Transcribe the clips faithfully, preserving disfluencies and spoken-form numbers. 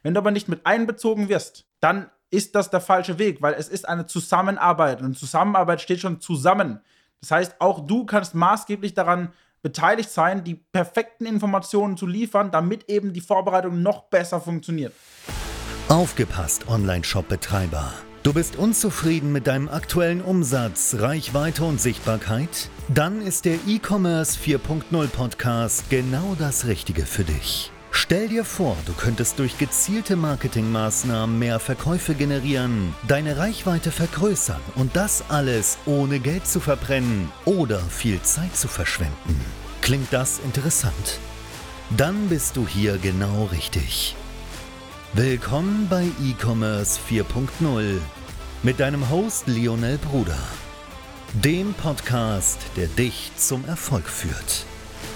Wenn du aber nicht mit einbezogen wirst, dann ist das der falsche Weg, weil es ist eine Zusammenarbeit und Zusammenarbeit steht schon zusammen. Das heißt, auch du kannst maßgeblich daran beteiligt sein, die perfekten Informationen zu liefern, damit eben die Vorbereitung noch besser funktioniert. Aufgepasst, Online-Shop-Betreiber. Du bist unzufrieden mit deinem aktuellen Umsatz, Reichweite und Sichtbarkeit? Dann ist der E-Commerce vier Punkt null Podcast genau das Richtige für dich. Stell dir vor, du könntest durch gezielte Marketingmaßnahmen mehr Verkäufe generieren, deine Reichweite vergrößern und das alles ohne Geld zu verbrennen oder viel Zeit zu verschwenden. Klingt das interessant? Dann bist du hier genau richtig. Willkommen bei E-Commerce vier Punkt null mit deinem Host Lionel Bruder, dem Podcast, der dich zum Erfolg führt.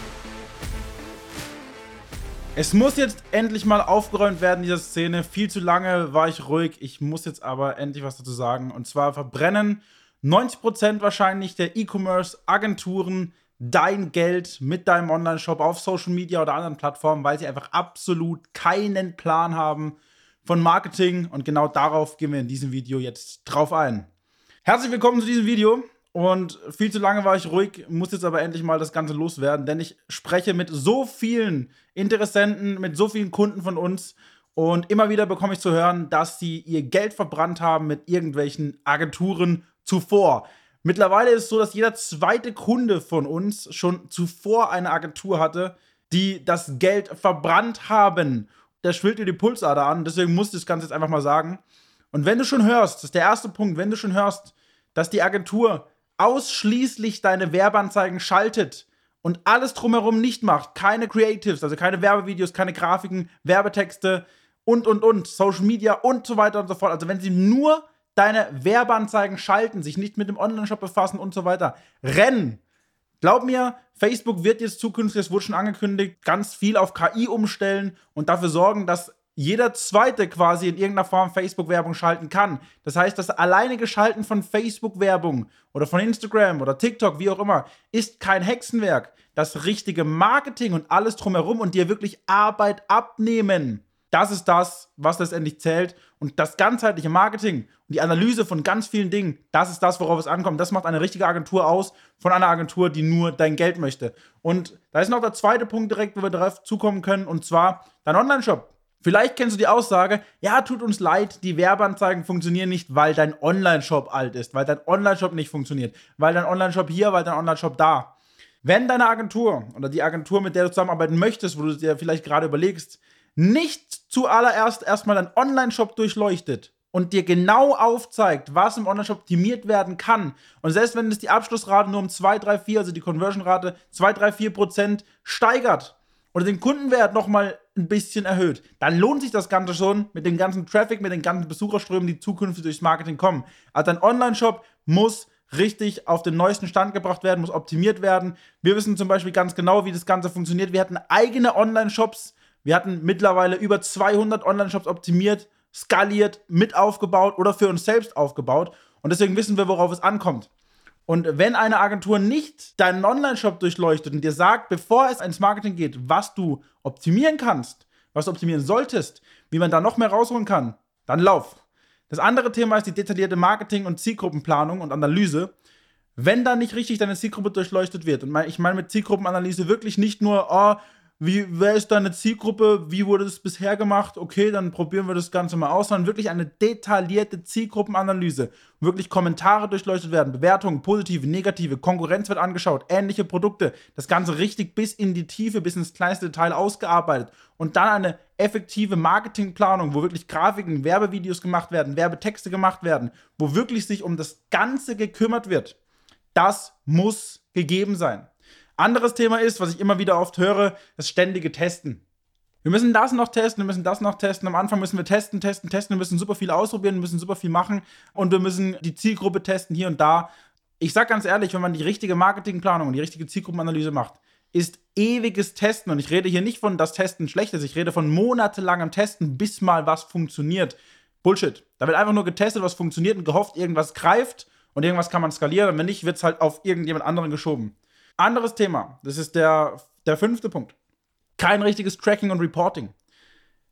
Es muss jetzt endlich mal aufgeräumt werden, diese Szene. Viel zu lange war ich ruhig. Ich muss jetzt aber endlich was dazu sagen. Und zwar verbrennen neunzig Prozent wahrscheinlich der E-Commerce-Agenturen dein Geld mit deinem Online-Shop auf Social Media oder anderen Plattformen, weil sie einfach absolut keinen Plan haben von Marketing. Und genau darauf gehen wir in diesem Video jetzt drauf ein. Herzlich willkommen zu diesem Video. Und viel zu lange war ich ruhig, muss jetzt aber endlich mal das Ganze loswerden, denn ich spreche mit so vielen Interessenten, mit so vielen Kunden von uns und immer wieder bekomme ich zu hören, dass sie ihr Geld verbrannt haben mit irgendwelchen Agenturen zuvor. Mittlerweile ist es so, dass jeder zweite Kunde von uns schon zuvor eine Agentur hatte, die das Geld verbrannt haben. Da schwillt dir die Pulsader an, deswegen muss ich das Ganze jetzt einfach mal sagen. Und wenn du schon hörst, das ist der erste Punkt, wenn du schon hörst, dass die Agentur ausschließlich deine Werbeanzeigen schaltet und alles drumherum nicht macht, keine Creatives, also keine Werbevideos, keine Grafiken, Werbetexte und, und, und, Social Media und so weiter und so fort. Also wenn sie nur deine Werbeanzeigen schalten, sich nicht mit dem Online-Shop befassen und so weiter, rennen. Glaub mir, Facebook wird jetzt zukünftig, es wurde schon angekündigt, ganz viel auf K I umstellen und dafür sorgen, dass jeder Zweite quasi in irgendeiner Form Facebook-Werbung schalten kann. Das heißt, das alleinige Schalten von Facebook-Werbung oder von Instagram oder TikTok, wie auch immer, ist kein Hexenwerk. Das richtige Marketing und alles drumherum und dir wirklich Arbeit abnehmen, das ist das, was letztendlich zählt. Und das ganzheitliche Marketing und die Analyse von ganz vielen Dingen, das ist das, worauf es ankommt. Das macht eine richtige Agentur aus von einer Agentur, die nur dein Geld möchte. Und da ist noch der zweite Punkt direkt, wo wir darauf zukommen können, und zwar dein Online-Shop. Vielleicht kennst du die Aussage, ja, tut uns leid, die Werbeanzeigen funktionieren nicht, weil dein Online-Shop alt ist, weil dein Online-Shop nicht funktioniert, weil dein Online-Shop hier, weil dein Online-Shop da. Wenn deine Agentur oder die Agentur, mit der du zusammenarbeiten möchtest, wo du dir vielleicht gerade überlegst, nicht zuallererst erstmal deinen Online-Shop durchleuchtet und dir genau aufzeigt, was im Online-Shop optimiert werden kann, und selbst wenn es die Abschlussrate nur um zwei, drei, vier, also die Conversion-Rate zwei, drei, vier Prozent steigert, oder den Kundenwert nochmal ein bisschen erhöht, dann lohnt sich das Ganze schon mit dem ganzen Traffic, mit den ganzen Besucherströmen, die zukünftig durchs Marketing kommen. Also dein Online-Shop muss richtig auf den neuesten Stand gebracht werden, muss optimiert werden. Wir wissen zum Beispiel ganz genau, wie das Ganze funktioniert. Wir hatten eigene Online-Shops. Wir hatten mittlerweile über zweihundert Online-Shops optimiert, skaliert, mit aufgebaut oder für uns selbst aufgebaut. Und deswegen wissen wir, worauf es ankommt. Und wenn eine Agentur nicht deinen Online-Shop durchleuchtet und dir sagt, bevor es ins Marketing geht, was du optimieren kannst, was du optimieren solltest, wie man da noch mehr rausholen kann, dann lauf. Das andere Thema ist die detaillierte Marketing- und Zielgruppenplanung und Analyse. Wenn da nicht richtig deine Zielgruppe durchleuchtet wird, und ich meine mit Zielgruppenanalyse wirklich nicht nur, oh, Wie, wer ist deine Zielgruppe? Wie wurde das bisher gemacht? Okay, dann probieren wir das Ganze mal aus. Sondern wirklich eine detaillierte Zielgruppenanalyse. Wirklich Kommentare durchleuchtet werden, Bewertungen, positive, negative, Konkurrenz wird angeschaut, ähnliche Produkte. Das Ganze richtig bis in die Tiefe, bis ins kleinste Detail ausgearbeitet. Und dann eine effektive Marketingplanung, wo wirklich Grafiken, Werbevideos gemacht werden, Werbetexte gemacht werden, wo wirklich sich um das Ganze gekümmert wird. Das muss gegeben sein. Anderes Thema ist, was ich immer wieder oft höre, das ständige Testen. Wir müssen das noch testen, wir müssen das noch testen. Am Anfang müssen wir testen, testen, testen. Wir müssen super viel ausprobieren, wir müssen super viel machen. Und wir müssen die Zielgruppe testen hier und da. Ich sag ganz ehrlich, wenn man die richtige Marketingplanung und die richtige Zielgruppenanalyse macht, ist ewiges Testen. Und ich rede hier nicht von, dass Testen schlecht ist. Ich rede von monatelangem Testen, bis mal was funktioniert. Bullshit. Da wird einfach nur getestet, was funktioniert und gehofft, irgendwas greift. Und irgendwas kann man skalieren. Und wenn nicht, wird es halt auf irgendjemand anderen geschoben. Anderes Thema, das ist der, der fünfte Punkt. Kein richtiges Tracking und Reporting.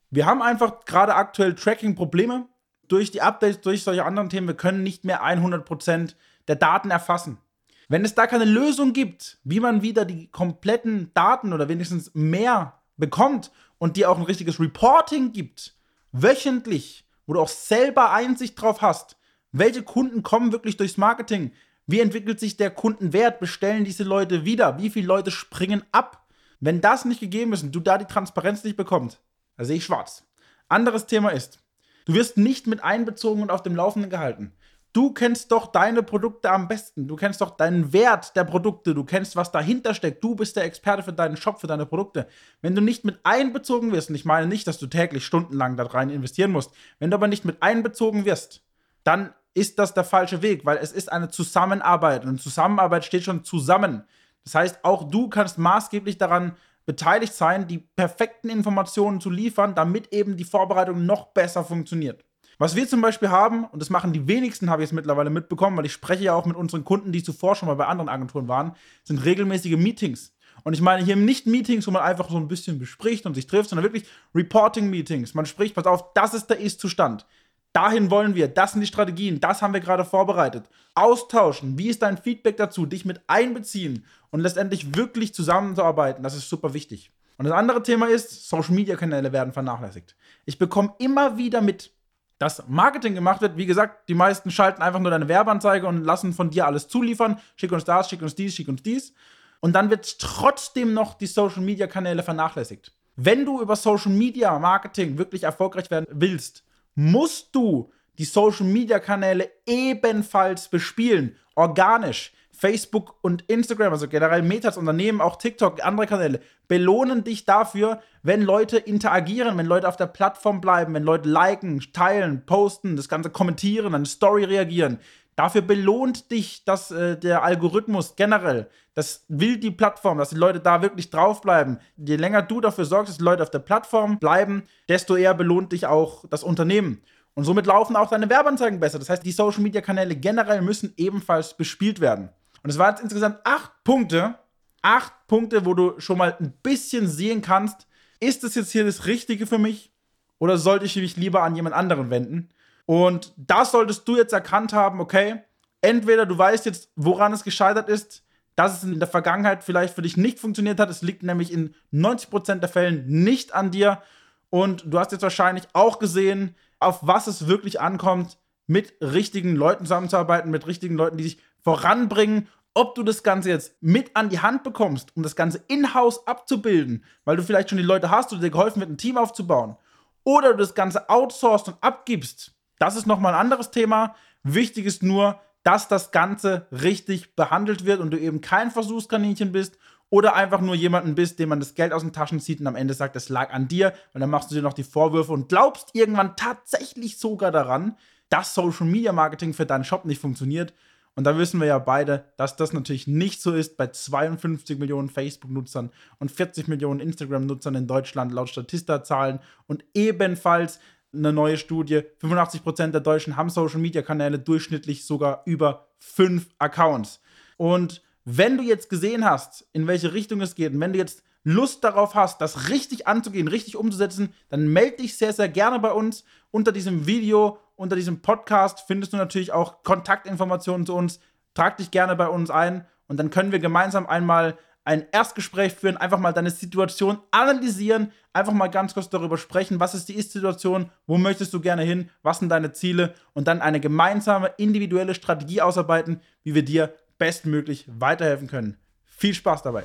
Wir haben einfach gerade aktuell Tracking-Probleme. Durch die Updates, durch solche anderen Themen, wir können nicht mehr hundert Prozent der Daten erfassen. Wenn es da keine Lösung gibt, wie man wieder die kompletten Daten oder wenigstens mehr bekommt und dir auch ein richtiges Reporting gibt, wöchentlich, wo du auch selber Einsicht drauf hast, welche Kunden kommen wirklich durchs Marketing, wie entwickelt sich der Kundenwert, bestellen diese Leute wieder, wie viele Leute springen ab. Wenn das nicht gegeben ist und du da die Transparenz nicht bekommst, da sehe ich schwarz. Anderes Thema ist, du wirst nicht mit einbezogen und auf dem Laufenden gehalten. Du kennst doch deine Produkte am besten. Du kennst doch deinen Wert der Produkte. Du kennst, was dahinter steckt. Du bist der Experte für deinen Shop, für deine Produkte. Wenn du nicht mit einbezogen wirst, und ich meine nicht, dass du täglich stundenlang da rein investieren musst, wenn du aber nicht mit einbezogen wirst, dann ist das der falsche Weg, weil es ist eine Zusammenarbeit. Und Zusammenarbeit steht schon zusammen. Das heißt, auch du kannst maßgeblich daran beteiligt sein, die perfekten Informationen zu liefern, damit eben die Vorbereitung noch besser funktioniert. Was wir zum Beispiel haben, und das machen die wenigsten, habe ich es mittlerweile mitbekommen, weil ich spreche ja auch mit unseren Kunden, die zuvor schon mal bei anderen Agenturen waren, sind regelmäßige Meetings. Und ich meine hier nicht Meetings, wo man einfach so ein bisschen bespricht und sich trifft, sondern wirklich Reporting-Meetings. Man spricht, pass auf, das ist der Ist-Zustand. Dahin wollen wir, das sind die Strategien, das haben wir gerade vorbereitet. Austauschen, wie ist dein Feedback dazu, dich mit einbeziehen und letztendlich wirklich zusammenzuarbeiten, das ist super wichtig. Und das andere Thema ist, Social-Media-Kanäle werden vernachlässigt. Ich bekomme immer wieder mit, dass Marketing gemacht wird. Wie gesagt, die meisten schalten einfach nur deine Werbeanzeige und lassen von dir alles zuliefern. Schick uns das, schick uns dies, schick uns dies. Und dann wird trotzdem noch die Social-Media-Kanäle vernachlässigt. Wenn du über Social-Media-Marketing wirklich erfolgreich werden willst, musst du die Social-Media-Kanäle ebenfalls bespielen, organisch. Facebook und Instagram, also generell Meta als Unternehmen, auch TikTok, andere Kanäle, belohnen dich dafür, wenn Leute interagieren, wenn Leute auf der Plattform bleiben, wenn Leute liken, teilen, posten, das Ganze kommentieren, an eine Story reagieren. Dafür belohnt dich das, äh, der Algorithmus generell. Das will die Plattform, dass die Leute da wirklich draufbleiben. Je länger du dafür sorgst, dass die Leute auf der Plattform bleiben, desto eher belohnt dich auch das Unternehmen. Und somit laufen auch deine Werbeanzeigen besser. Das heißt, die Social-Media-Kanäle generell müssen ebenfalls bespielt werden. Und es waren jetzt insgesamt acht Punkte, acht Punkte, wo du schon mal ein bisschen sehen kannst, ist das jetzt hier das Richtige für mich oder sollte ich mich lieber an jemand anderen wenden? Und das solltest du jetzt erkannt haben, okay, entweder du weißt jetzt, woran es gescheitert ist, dass es in der Vergangenheit vielleicht für dich nicht funktioniert hat, es liegt nämlich in neunzig Prozent der Fällen nicht an dir und du hast jetzt wahrscheinlich auch gesehen, auf was es wirklich ankommt, mit richtigen Leuten zusammenzuarbeiten, mit richtigen Leuten, die sich voranbringen, ob du das Ganze jetzt mit an die Hand bekommst, um das Ganze in-house abzubilden, weil du vielleicht schon die Leute hast oder dir geholfen wird, ein Team aufzubauen, oder du das Ganze outsourcest und abgibst, das ist nochmal ein anderes Thema. Wichtig ist nur, dass das Ganze richtig behandelt wird und du eben kein Versuchskaninchen bist oder einfach nur jemanden bist, dem man das Geld aus den Taschen zieht und am Ende sagt, das lag an dir, und dann machst du dir noch die Vorwürfe und glaubst irgendwann tatsächlich sogar daran, dass Social-Media-Marketing für deinen Shop nicht funktioniert. Und da wissen wir ja beide, dass das natürlich nicht so ist bei zweiundfünfzig Millionen Facebook-Nutzern und vierzig Millionen Instagram-Nutzern in Deutschland laut Statista-Zahlen. Und ebenfalls eine neue Studie, fünfundachtzig Prozent der Deutschen haben Social-Media-Kanäle, durchschnittlich sogar über fünf Accounts. Und wenn du jetzt gesehen hast, in welche Richtung es geht, und wenn du jetzt Lust darauf hast, das richtig anzugehen, richtig umzusetzen, dann melde dich sehr, sehr gerne bei uns. Unter diesem Video, unter diesem Podcast findest du natürlich auch Kontaktinformationen zu uns. Trag dich gerne bei uns ein und dann können wir gemeinsam einmal ein Erstgespräch führen, einfach mal deine Situation analysieren, einfach mal ganz kurz darüber sprechen, was ist die Ist-Situation, wo möchtest du gerne hin, was sind deine Ziele und dann eine gemeinsame individuelle Strategie ausarbeiten, wie wir dir bestmöglich weiterhelfen können. Viel Spaß dabei!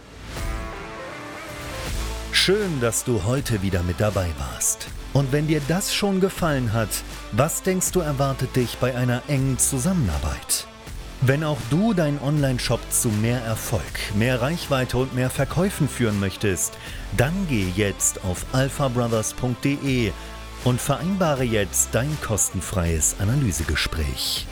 Schön, dass du heute wieder mit dabei warst. Und wenn dir das schon gefallen hat, was denkst du erwartet dich bei einer engen Zusammenarbeit? Wenn auch du deinen Online-Shop zu mehr Erfolg, mehr Reichweite und mehr Verkäufen führen möchtest, dann geh jetzt auf alpha brothers punkt de und vereinbare jetzt dein kostenfreies Analysegespräch.